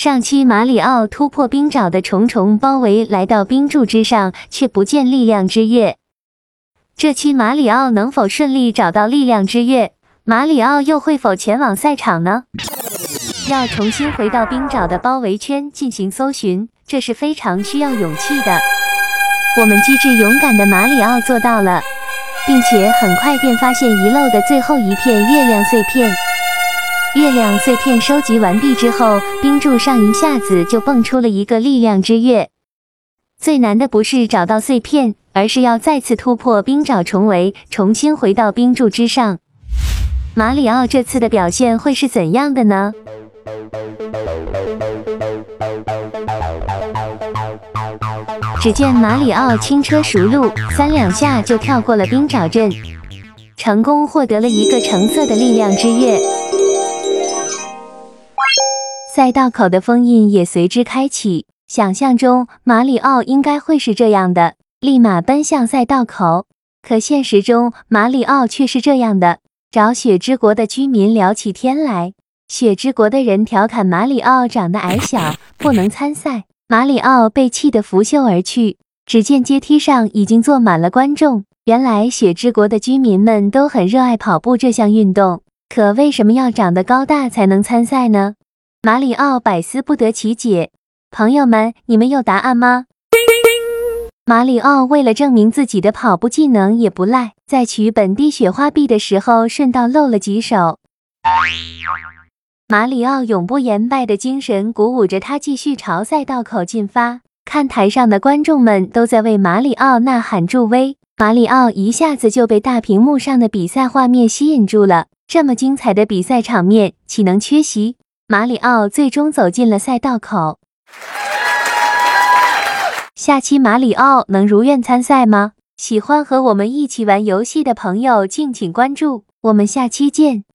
上期马里奥突破冰爪的重重包围，来到冰柱之上，却不见力量之月。这期马里奥能否顺利找到力量之月？马里奥又会否前往赛场呢？要重新回到冰爪的包围圈进行搜寻，这是非常需要勇气的。我们机智勇敢的马里奥做到了，并且很快便发现遗漏的最后一片月亮碎片。月亮碎片收集完毕之后，冰柱上一下子就蹦出了一个力量之月。最难的不是找到碎片，而是要再次突破冰爪重围，重新回到冰柱之上。马里奥这次的表现会是怎样的呢？只见马里奥轻车熟路，3两下就跳过了冰爪阵，成功获得了一个橙色的力量之月。赛道口的封印也随之开启，想象中马里奥应该会是这样的，立马奔向赛道口。可现实中马里奥却是这样的，找雪之国的居民聊起天来。雪之国的人调侃马里奥长得矮小，不能参赛。马里奥被气得拂袖而去。只见阶梯上已经坐满了观众，原来雪之国的居民们都很热爱跑步这项运动，可为什么要长得高大才能参赛呢？马里奥百思不得其解。朋友们，你们有答案吗？马里奥为了证明自己的跑步技能也不赖，在取本地雪花币的时候顺道露了几手。马里奥永不言败的精神鼓舞着他继续朝赛道口进发，看台上的观众们都在为马里奥呐喊助威。马里奥一下子就被大屏幕上的比赛画面吸引住了，这么精彩的比赛场面岂能缺席？马里奥最终走进了赛道口。下期马里奥能如愿参赛吗？喜欢和我们一起玩游戏的朋友敬请关注，我们下期见。